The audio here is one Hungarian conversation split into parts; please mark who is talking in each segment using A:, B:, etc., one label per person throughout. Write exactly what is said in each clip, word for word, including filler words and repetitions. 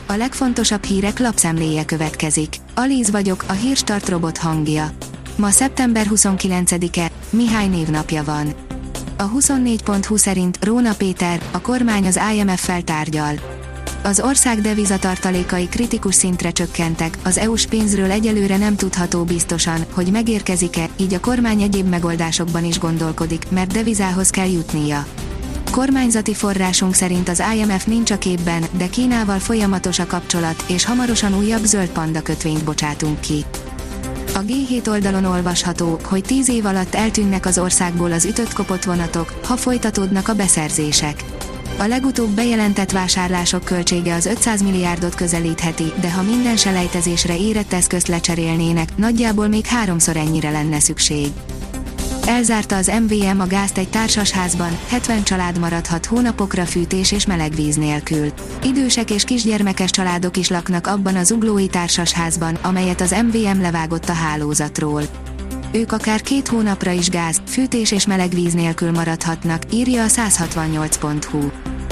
A: A legfontosabb hírek lapszemléje következik. Alíz vagyok, a Hírstart robot hangja. Ma szeptember huszonkilencedike, Mihály névnapja van. A huszonnégy pont hu szerint Róna Péter, a kormány az I M F-fel tárgyal. Az ország devizatartalékai kritikus szintre csökkentek, az é u-s pénzről egyelőre nem tudható biztosan, hogy megérkezik-e, így a kormány egyéb megoldásokban is gondolkodik, mert devizához kell jutnia. Kormányzati forrásunk szerint az I M F nincs a képben, de Kínával folyamatos a kapcsolat, és hamarosan újabb zöld panda kötvényt bocsátunk ki. A G hét oldalon olvasható, hogy tíz év alatt eltűnnek az országból az ütött-kopott vonatok, ha folytatódnak a beszerzések. A legutóbb bejelentett vásárlások költsége az ötszáz milliárdot közelítheti, de ha minden selejtezésre érett eszközt lecserélnének, nagyjából még háromszor ennyire lenne szükség. Elzárta az em vé em a gázt egy társasházban, hetven család maradhat hónapokra fűtés és melegvíz nélkül. Idősek és kisgyermekes családok is laknak abban az zuglói társasházban, amelyet az em vé em levágott a hálózatról. Ők akár két hónapra is gáz, fűtés és melegvíz nélkül maradhatnak, írja a száz hatvannyolc pont hu.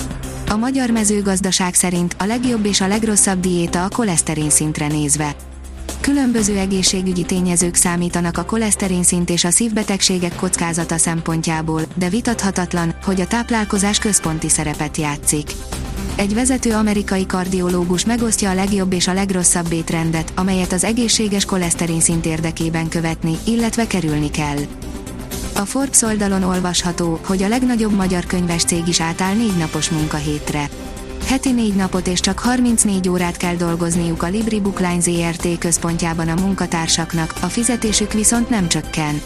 A: A magyar mezőgazdaság szerint a legjobb és a legrosszabb diéta a koleszterin szintre nézve. Különböző egészségügyi tényezők számítanak a koleszterinszint és a szívbetegségek kockázata szempontjából, de vitathatatlan, hogy a táplálkozás központi szerepet játszik. Egy vezető amerikai kardiológus megosztja a legjobb és a legrosszabb étrendet, amelyet az egészséges koleszterinszint érdekében követni, illetve kerülni kell. A Forbes oldalon olvasható, hogy a legnagyobb magyar könyves cég is átáll négy napos munkahétre. Heti négy napot és csak harmincnégy órát kell dolgozniuk a Libri Bookline Zé Er Té központjában a munkatársaknak, a fizetésük viszont nem csökken.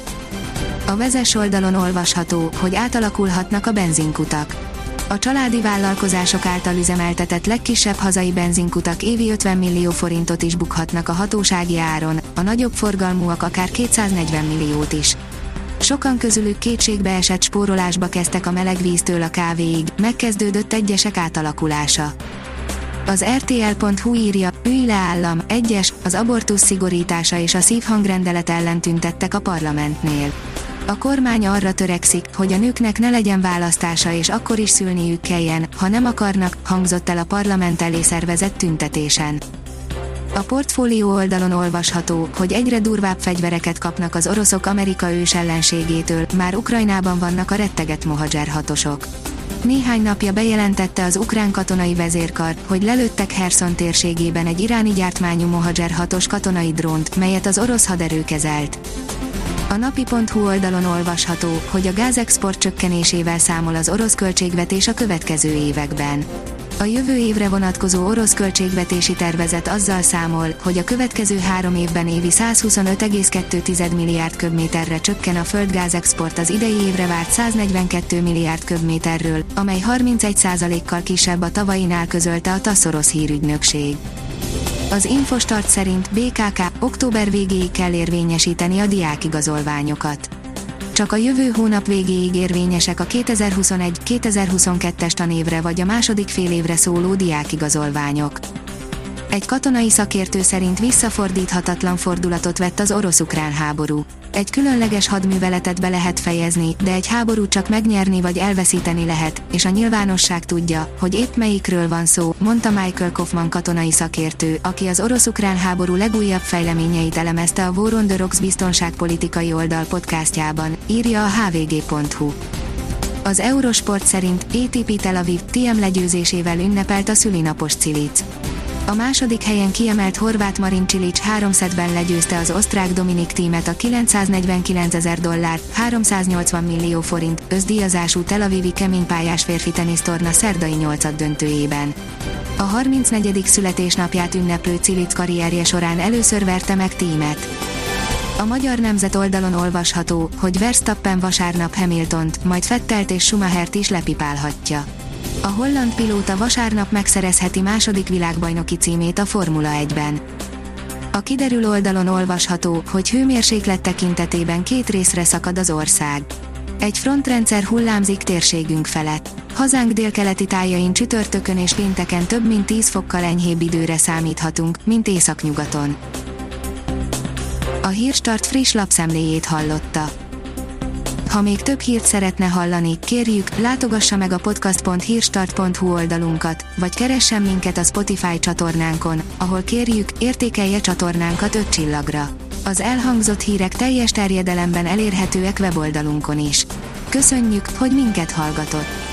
A: A Vezess oldalon olvasható, hogy átalakulhatnak a benzinkutak. A családi vállalkozások által üzemeltetett legkisebb hazai benzinkutak évi ötven millió forintot is bukhatnak a hatósági áron, a nagyobb forgalmúak akár kétszáznegyven milliót is. Sokan közülük kétségbe esett spórolásba kezdtek a melegvíztől a kávéig, megkezdődött egyesek átalakulása. Az er té el pont hu írja, ülj le állam, egyes, az abortusz szigorítása és a szívhangrendelet ellen tüntettek a parlamentnél. A kormány arra törekszik, hogy a nőknek ne legyen választása és akkor is szülniük kelljen, ha nem akarnak, hangzott el a parlament elé szervezett tüntetésen. A Portfólió oldalon olvasható, hogy egyre durvább fegyvereket kapnak az oroszok Amerika ős ellenségétől, már Ukrajnában vannak a rettegett Mohajer hatosok. Néhány napja bejelentette az ukrán katonai vezérkar, hogy lelőttek Herszon térségében egy iráni gyártmányú Mohajer hatos katonai drónt, melyet az orosz haderő kezelt. A napi pont hu oldalon olvasható, hogy a gázexport csökkenésével számol az orosz költségvetés a következő években. A jövő évre vonatkozó orosz költségvetési tervezet azzal számol, hogy a következő három évben évi százhuszonöt egész kettő milliárd köbméterre csökken a földgázexport az idei évre várt száznegyvenkét milliárd köbméterről, amely harmincegy százalékkal kisebb a tavainál, közölte a TASZ orosz hírügynökség. Az Infostart szerint bé ká ká október végéig kell érvényesíteni a diákigazolványokat. Csak a jövő hónap végéig érvényesek a kétezer-huszonegy kétezer-huszonkettes tanévre vagy a második félévre szóló diákigazolványok. Egy katonai szakértő szerint visszafordíthatatlan fordulatot vett az orosz-ukrán háború. Egy különleges hadműveletet be lehet fejezni, de egy háborút csak megnyerni vagy elveszíteni lehet, és a nyilvánosság tudja, hogy épp melyikről van szó, mondta Michael Kaufman katonai szakértő, aki az orosz-ukrán háború legújabb fejleményeit elemezte a War on the Rocks biztonságpolitikai oldal podcastjában, írja a há vé gé pont hu. Az Eurosport szerint á té pé Tel Aviv té em legyőzésével ünnepelt a szülinapos Cilic. A második helyen kiemelt horvát Marin Cilic három szettben legyőzte az osztrák Dominik Thiemet a kilencszáznegyvenkilencezer dollár, háromszáznyolcvan millió forint összdíjazású Tel Avivi keménypályás férfi tenisztorna szerdai nyolcaddöntőjében. A harmincnegyedik születésnapját ünneplő Cilic karrierje során először verte meg Thiemet. A Magyar Nemzet oldalon olvasható, hogy Verstappen vasárnap Hamiltont, majd Vettelt és Schumachert is lepipálhatja. A holland pilóta vasárnap megszerezheti második világbajnoki címét a Formula egyben. A Kiderül oldalon olvasható, hogy hőmérséklet tekintetében két részre szakad az ország. Egy frontrendszer hullámzik térségünk felett. Hazánk délkeleti tájain csütörtökön és pénteken több mint tíz fokkal enyhébb időre számíthatunk, mint északnyugaton. A Hírstart friss lapszemléjét hallotta. Ha még több hírt szeretne hallani, kérjük, látogassa meg a podcast pont hírstart pont hu oldalunkat, vagy keressen minket a Spotify csatornánkon, ahol kérjük, értékelje csatornánkat öt csillagra. Az elhangzott hírek teljes terjedelemben elérhetőek weboldalunkon is. Köszönjük, hogy minket hallgatott!